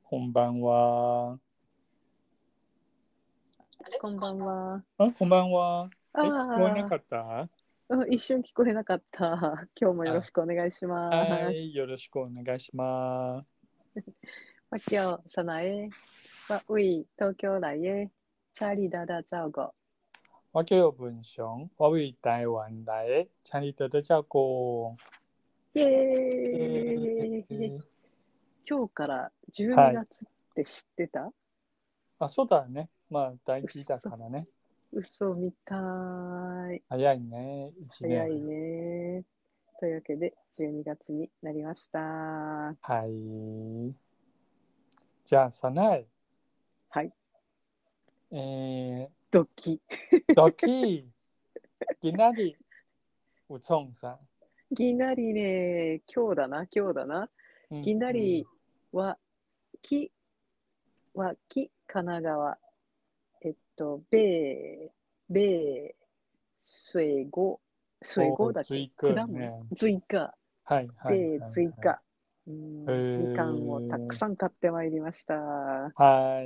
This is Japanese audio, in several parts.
こんばんは。 こんばんは。 こんばんは。聞こえなあかった？ あ、一瞬聞こえなかった。今日もよろしくお願いしまはい、 す。 よろしくお願いします。 今日사나에わうい東京来へチャリダダ照顧。 我叫文雄，我为台湾来的，请你多多照顾。 イエーイ。 ー今日から12 はい。 月って知ってた？ そうだね。大事だ嘘、 からね。 嘘みたい。 早いね、1年。 早いね。というわけで12月になりました。 はい。じゃあ、さない。 はい。 えドキ。 ドキ、きなり、うちょんさぎなりね、今日だな。 ん。 ぎなりは、き神奈川、米、水郷だっけ？ 追加果物ね。 追加。 はいはい米はい追加。 はい。 みかんをたくさん買ってまいりました。 はい。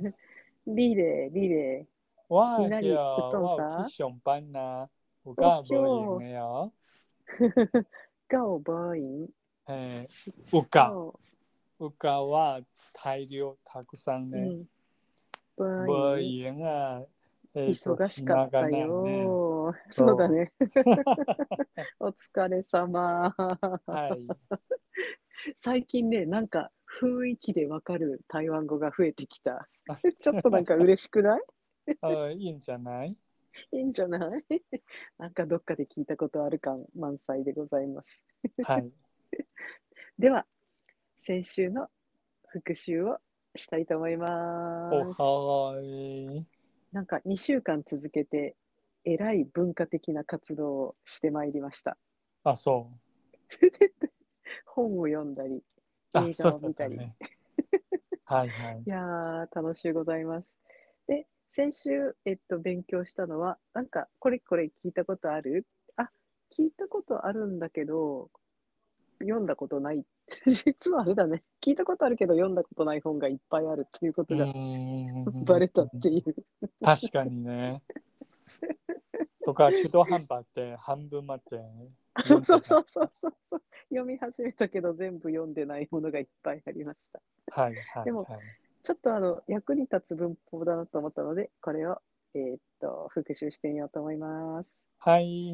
リレー。いき我なり、うつ遐ん我有去さ、 上班呐、有お甲无用きょ的哦。 う、がおぼいん、 有甲がお、 は大量たくさんね。 ぼいん、 無用あ、 忙しかった暇がないね。 よ。そうだそね。お疲れ様。 う。はい。 最近ね、なんか雰囲気でわかる台湾語が増えてきた。ちょっとなんか嬉しくない？ いいんじゃない？ いいんじゃない？なんかどっかで聞いたことある感満載でございます。 はい。 では、先週の復習をしたいと思います。 はーい。 なんか2週間続けて、えらい文化的な活動をしてまいりました。 そう。 本を読んだり、映そう画を見たり。 だったね。はいはい。 いやー、楽しゅうございます。で、先週、勉強したのは、なんか、これ聞いたことある？あ、聞いたことあるんだけど、読んだことない。実はあれだね。聞いたことあるけど、読んだことない本がいっぱいあるっていうこうとがバん。 レたっていう。 確かにね。とか、中途半端って半分までそうそう読んでない。 そうそうそう。読み始めたけど、全部読んでないものがいっぱいありました。 はいはでも、 いはい。 ちょっと役に立つ文法だなと思ったので、これを、復習してみようと思います。 はい。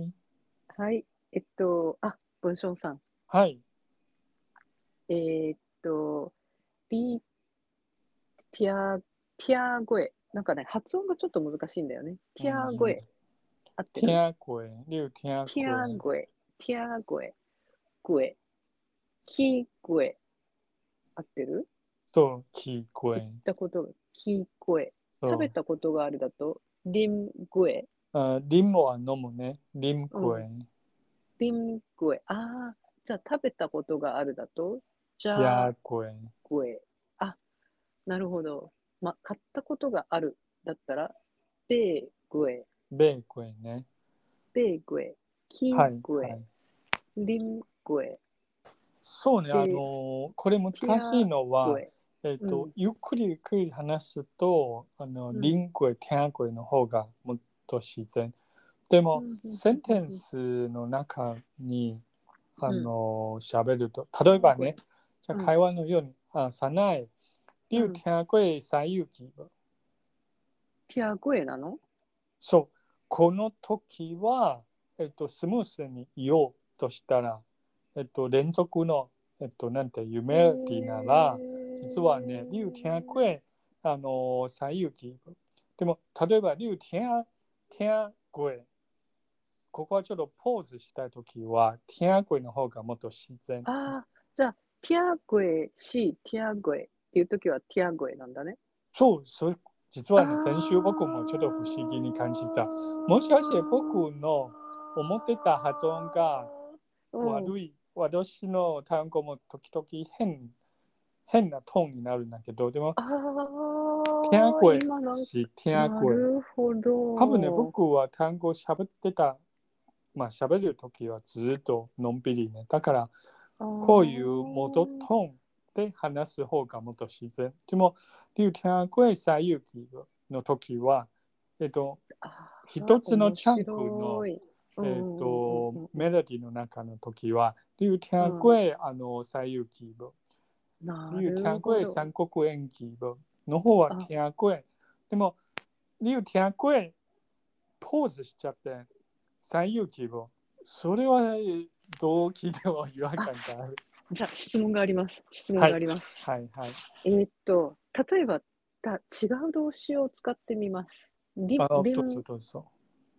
はい。文章さん。 はい。 えーっと、リティア、ティアゴエ。なんかね、発音がちょっと難しいんだよね。ティアゴエ。合ってる？ 听过，你有听ティ过？ アゴエ。ティアゴエ。ゴエ。キゴエ。合ってる？ と聞こ行っえ。 たことが、キゴエ。食べそたことがあるだと、リンゴエ。 う。リンゴは飲むね。リンうん。 ゴえ。 リンゴエ。ああ、じゃあ食べたことがあるだと、じじゃゃあ、 あこえ。 ゴエ。あ、なるほど。買ったことがあるだったら、ベーグエ、 ベーコンね。 ベーグエ、キはいグエ、 はい。 リングエ、 そうね。 で、 これ難ティアしいのは、 グエ。うん、 ゆっくりゆっくり話すと、 うん、 リンゴえ、テンゴえの方がもっと自然。でも、 うん、うん、 センテンうん、 スの中に、 うん、 喋ると、例えばね、 グエ、 じゃあうん、 会話のように、さない、你有うん。 听过西遊記？ ティアグエなの？ そう、この時は、スムースに言おうとしたら、連続の、なんていうえメロディーなら、実はね、 ー、 リュウティアクエ、西遊記。でも、例えば、ティアクエ、ここはちょっとポーズしたいときは、ティアクエの方がもっと自然。 ああ、じゃあ、ティアグエティアグエっていうときはティアグエなんだね。 実はね、先週僕もちょっと不思議に感じた。もしかして僕の思ってた発音がうん。 悪い。私の単語も時々変なトーンになるんだけど、でも、 ああ、 ティアゴエ今ティアなゴエ。 るほ多分ね、 ど。 僕は単語喋ってた、喋るときはずっとのんびりね。だから、 あこういう元トあ、 ーンで話す方がもっと自然。でも、リュウティアゴエ西遊記の時は、一つの面チャンクの、 白い。 メロディーの中の時は、リュウティアゴエ西遊記なリュウティアるほど。 ゴエ三国演技の方はティアゴエ。でも、リュウティアゴエポーズしちゃって、西遊記それはどう聞いても違和感がある。 じゃあ質問があります。質問はいがあります。 はいはい。 例えば違う動詞を使ってみます。 どうぞどうぞ。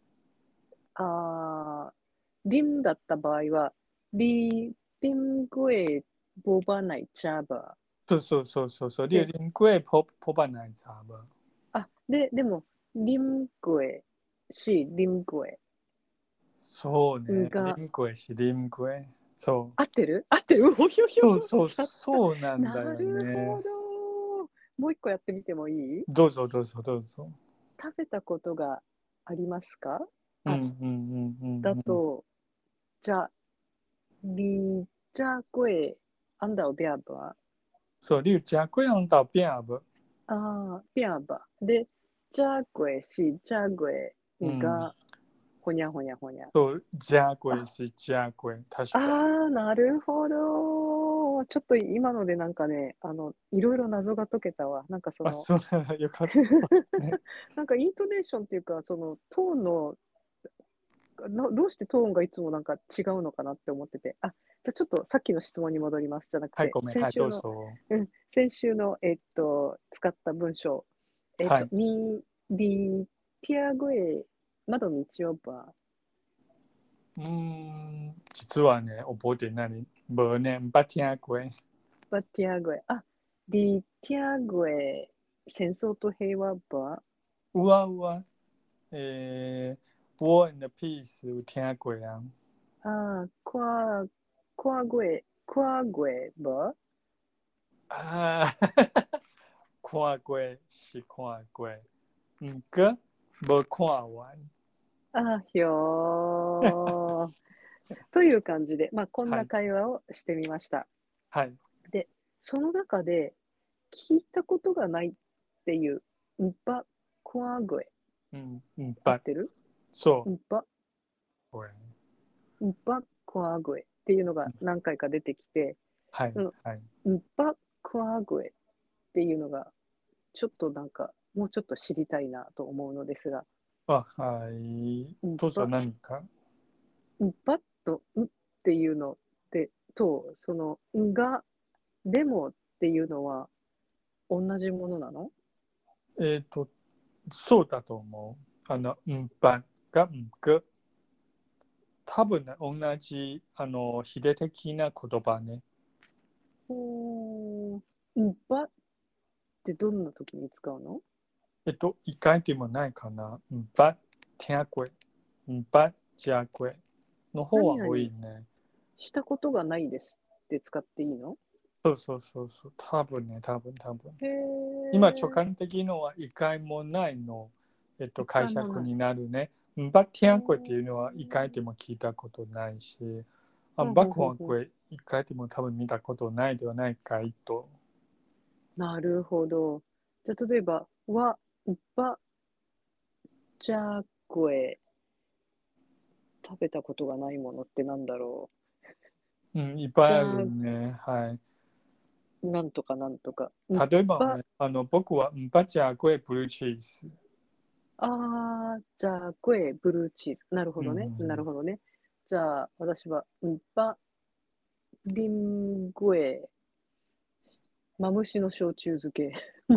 リンだった場合は、リビングエボバナイチャーバそう。 ー。で、 リンクエポバナイザーバ。 でも、リングエリングエそうね。リが、 ンクエリンクエ。そう。 合ってるおひょひょ。 そうなんだなよるほね。 ど。もう一個やってみてもいい？ どうぞ。 食べたことがありますか？だうん。 と、じゃあ、リジャゴエアンダービアバそう、リュウジャクヨン到变不。 ビアバで、ジャゴエジャゴエうん。 が、ほにゃほにゃほにゃ。 そう、ジャクエあ、 ジャクエ。確かに。 なるほど。ちょっと今のでなんかね、いろいろ謎が解けたわ。なんかそうならよかった。ね。 なんかイントネーションっていうか、そのトーンのどうしてトーンがいつもなんか違うのかなって思ってて。じゃあちょっとさっきの質問に戻ります。じゃなくはい、 て、 ごめん。はい、どうぞ。 先週の、使った文章。 はい。 リティアゴエ、窓道をば、 実はね、覚えてない。無ね、バティアゴエ。 バティアゴエ、リティアゴエ、戦争と平和ば、 うわ。War and Peace 有听过啊？ クワ、クワゴエば、 啊，看过是看过，唔过无看完。 ひょー。という感じで、こんなはい、 会話をしてみました。 はい。 で、その中で聞いたことがないっていう、んば、こわぐえ、合っば、 てる？ そんば、 う、これ。 んば、こわぐえっていうのが何回か出てきて、 はい、 そのはい。 んば、こわぐえっていうのが、ちょっとなんか、もうちょっと知りたいなと思うのですが、 はい。 んどうぞば、 何か。 んばとんっていうのそのんが、でもっていうのは同じものなの？ えっ、と、そうだと思う。ばがが、多分ね、同じ、秀的な言葉ね。 んばってどんな時に使うの？ 一回でもないかな。ば、听过。ば、じゃこの方は多何々 いね。 したことがないですって使っていいの？ そう。多分ね、多分。 へ今、直え、 感的のは一回もないの、 一解回もない。 釈になるね。ば、 へ听过っていうのは一え、 回でも聞いたことないし、 ほんば、 ほんほんほん。 こ一回でも多分見たことないではないかいと。 なるほど。じゃあ、例えば、ば、じゃこえ、食べたことがないものってなんだろいっう。 ぱいあるね。はい。 なんとかなんとか。 例えばば、 ね、僕はばじゃこブルーチーズ。 じゃこえ、ブルーチーズ。なるほうんうどね。なるんほどね。じゃあ、私は、ば、リンゴエ、マムシの焼酎漬け。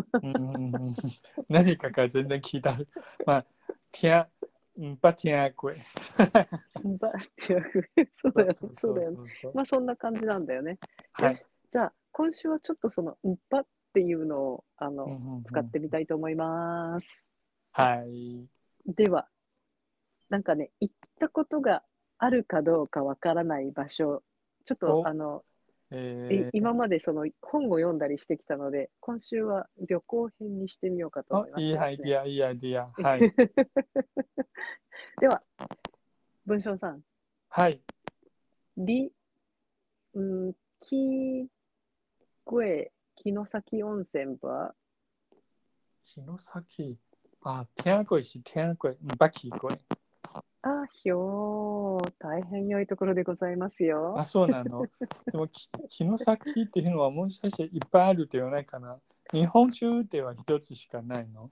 何かが全然聞いた。まあ、听、ば听过。 ばってやる。そうだよね。そうだよね。 そう。 そんな感じなんだよね。 はい。 よし。じゃあ、今週はちょっとその、ばっていうのを、使ってみうん。 たいと思います。 はい。 では、なんかね、行ったことがあるかどうかわからない場所、ちょっとお、 今までその本を読んだりしてきたので、今週は旅行編にしてみようかと思いましいいてですね。 アイディア、いいアイディア。はい。 では、文章さん、 はい。 り、うん、き城崎温泉は城崎。あ、听过し、听过。バキ过。 あ、大変良いところでございますよ。 あ、そうなの。でも、城崎っていうのはもしかしていっぱいあるではないかな。日本中では一つしかないの。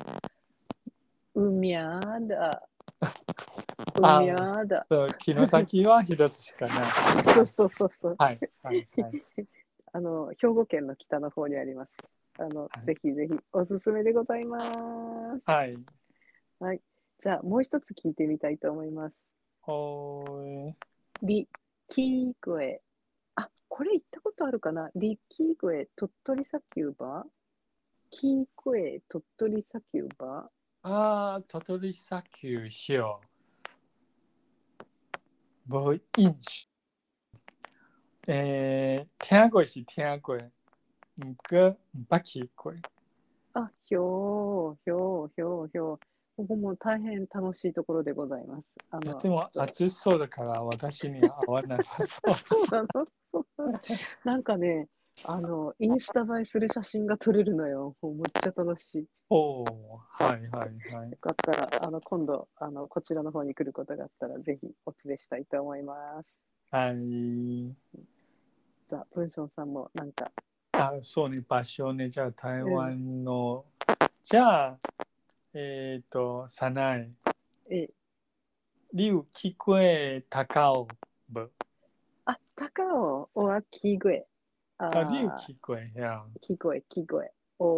海やだ。 あ、 海やだ。 そう、城崎は一つしかない。 そうそうそうそう。 はい、はい、はい。 兵庫県の北の方にあります。 はいぜひぜひおすすめでございます。 はい。 はい。じゃあ、もう一つ聞いてみたいと思います。 おーい。 リキグエ。あ、これ行ったことあるかな。リキグエ、鳥取砂丘場キークエ、鳥取砂丘場あ、鳥取砂丘表。无印象。听过是听过，唔过唔捌去过。 あ、ひょう、ひょう、ひょう、ひょう。ここも大変楽しいところでございます。 いやでもちょっと、 暑そうだから私には合わなさそう。 そうなのそうなのなんかね、インスタ映えする写真が撮れるのよ。もうめっちゃ楽しい。よおお、はいはいはい。 かったら、今度、こちらの方に来ることがあったら、ぜひお連れしたいと思います。 はい。 じゃあ、文章さんもなんか、 あ、そうね、場所ね、じゃあ台うん、 湾の、じゃあ、早苗、 え、 你有去过高雄无？ あ、高尾はキグエ。 あ、你有あ去过や。 キグエ、キグエ。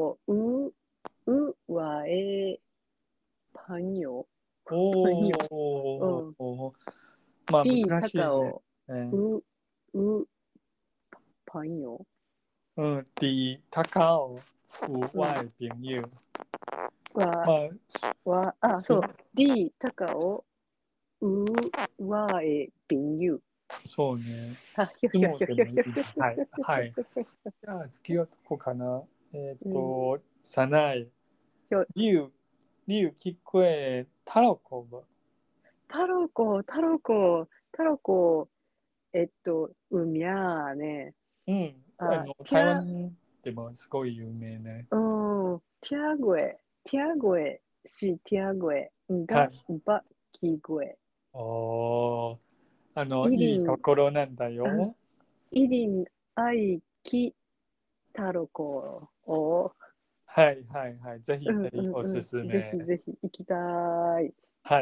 うはパンヨ。パンおヨ。うお、 ん。 まあ D 難しいね。 高尾。う、う、パンヨ。 うん、伫高雄有うん。 我的朋友。 は、 まそう。 そ D 高尾。はビンユ。 そうね。 あ、ひょ相ひょひょ撲でもいい。 ひょひょひょひょはい。 ひょひょはい。 ひょひょひじゃあ次はどこかな。 ょ。うん。 早苗、 ひょ、 你有去过タロコ無？ タロコ、海やね。 うん。 あ、 台湾でもすごい有名ね。 ティアゴエ、ティアゴエが、 はい。 バ、キゴエ。 おー、いいとイリン、 ころなんだあよ。 イリン、アイ、キ、タロコを、 はいはいはい。ぜひうんぜひおすうんうん、ぜひすめ。 ぜひ行きたい。 はい。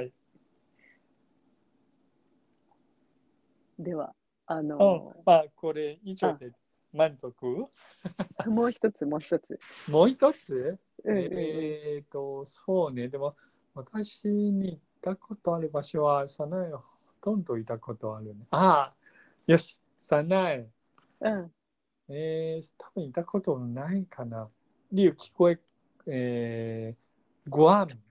では、 うん。まあ、これ以上あ、 で満足？ もう一つ、もう一つ。 もう一つ？ うんうんうん。 そうね。でも、私に行ったことある場所は、早苗ほとんど行ったことあるね。ああ、よし、早苗。 うん。 多分行ったことないかな。リュウ聞こえ、グアム。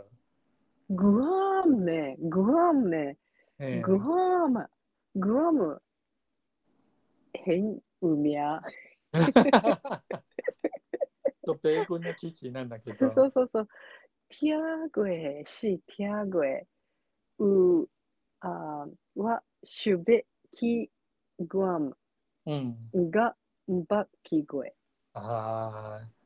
グアムね、グえアム、グアム、変、海や。 米軍の基地なんだけそど、 うそうそう。ティアグエ、う、シュベ、キ、グアムうん。 が、バ、キグエ。 ああ、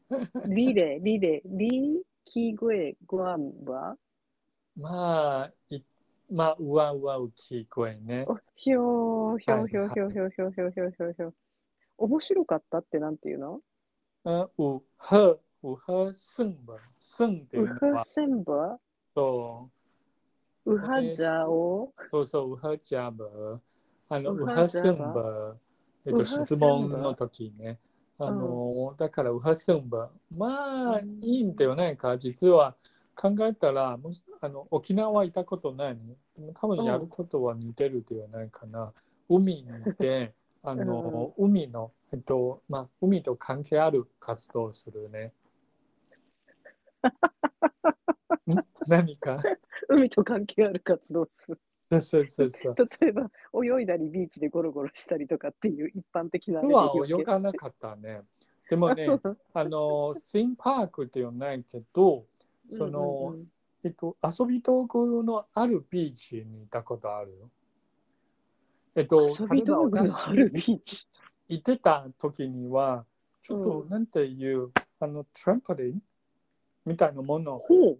リ、キグエ、グアムはまあ、まあ、うわう聞こえね。 ひょー、ひはいょーひょーはい。 ひょーひょーひょーひょーひょーひょーひょー。面白かったってなんていうのすんば。すんってウフいうのは、 センバそウう、 ハジャオそうそう、ジャブ。 ウハジすャバんば、 ウハ質セン問のバ時ね。 うん。 だから、すんば。まあ、いうん。 いんではないか。実は、考えたら、沖縄行ったことないね。でも多分やるうん。 ことは似てるではないかな。海にいて、 うん。 海の、まあ、海と関係ある活動をするね。何か。 海と関係ある活動をする。 そうそうそうそう。 例えば、泳いだりビーチでゴロゴロしたりとかっていう一般的なあれでいはいわけ。 泳がなかったね。でもね、シンパークではないけど、 うんうんうん。 遊び道具のあるビーチに行ったことあるよ。 遊び例えば道具のある私ビーチ。 行ってた時には、 ちょっと、なんていう、トランポリンみたいなもの。 ほう。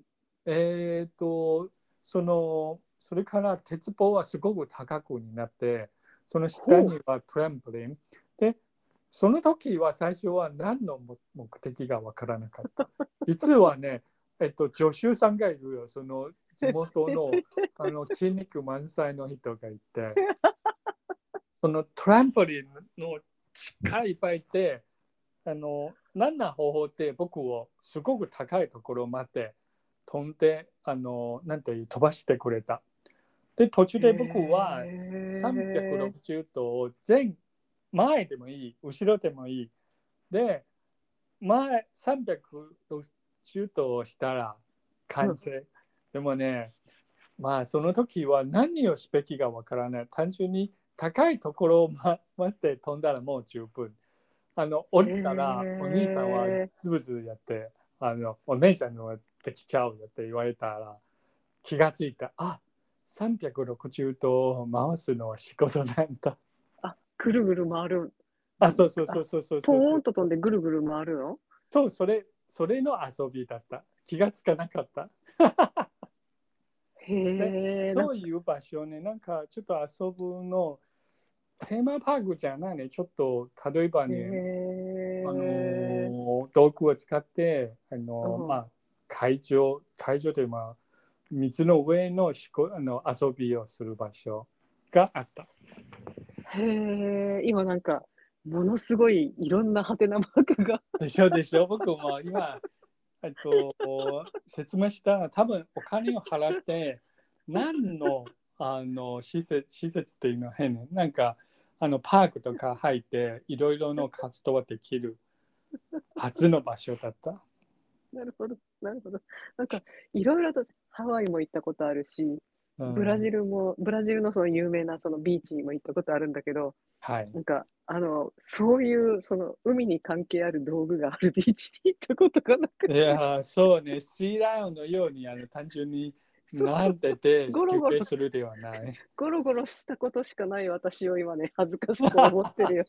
それから鉄棒はすごく高くになって、その下ほう。 にはトランポリン。で、その時は最初は何の目的がわからなかった。実はね、助手さんがいるよ。その地元の、筋肉満載の人がいて、そのトランポリンの近い場合で、何な方法って僕をすごく高いところまで飛んで、なんていう飛ばしてくれた。で、途中で僕は360度を前でもいい、後ろでもいい。で、前360度をしたら完成。でもね、まあその時は何をすべきかわからない。単純に高いところを待って飛んだらもう十分。降りたらお兄さんはズブズブやって、お姉ちゃんのはできちゃうよって言われたら気がついた。あ、360度を回すのは仕事なんだ。 あ、ぐるぐる回る。 あ、そうそうそうそうそうポそう。 ーンと飛んでぐるぐる回るの？ そう、それの遊びだった。気がつかなかった。 へえ。 そういう場所ね、なんかちょっと遊ぶの、テーマパークじゃないね、ちょっと例えばね、道具を使って、会場という、水の上の遊びをする場所があった。 へえ、今なんか、ものすごいいろんなハテナマークが。 でしょ。僕も今、説明したら多分お金を払って何の、施設というのは変ね。なんかパークとか入っていろいろの活動ができるはずの場所だった。 なるほど、なるほど。なんか、いろいろとハワイも行ったことあるし、ブラジルのその有名なそのビーチにも行ったことあるんだけど、 はい。 なんか、そういうその海に関係ある道具があるビーチに行ったことがなくいて、 や、そうね、シーライオンのように単純にそうなんそう、 ててゴロゴロ、 休憩するではない。 ゴロゴロしたことしかない私を今ね、恥ずかしく思ってるよ。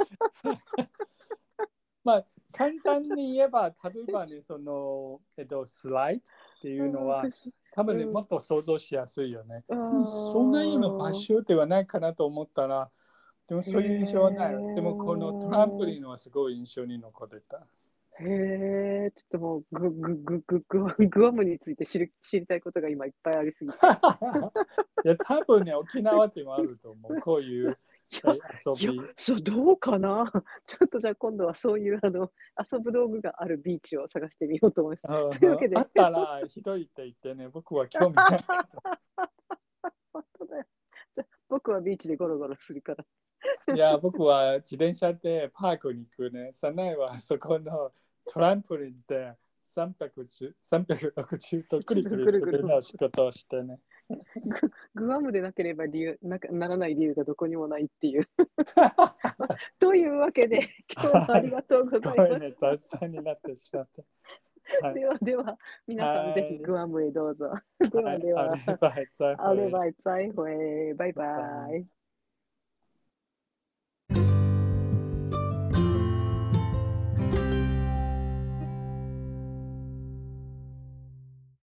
まあ、簡単に言えば、例えばね、スライドっていうのは、多分ね、もっと想像しやすいよね。 あでもそんなような場ー所ではないかなと思ったら、でもへそういう印象はない。でもこのトランポーリンはすごい印象に残ってた。 へえ、ちょっともうグアムについて知りたいことが今いっぱいありすぎて。 いや、多分ね、沖縄でもあると思う。こういういや、 遊び。 そう、どうかな。ちょっとじゃあ今度はそういう遊ぶ道具があるビーチを探してみようと思います。というわけで、 あったらひどいって言ってね、僕は興味ないけど。 本当だよ。じゃあ僕はビーチでゴロゴロするから。 いや、僕は自転車でパークに行くね。サナイはそこのトランポリンで360度くりくりするの仕事をしてね。 グアムでなければならない理由がどこにもないっていう。というわけで、今日はありがとうございまね、 した。 雑談になってしまった。はい。 では、皆さんぜひグアムへどうぞ。ではい。 はでは、 あれば、再アレ会。 バイ再会。バイバイ。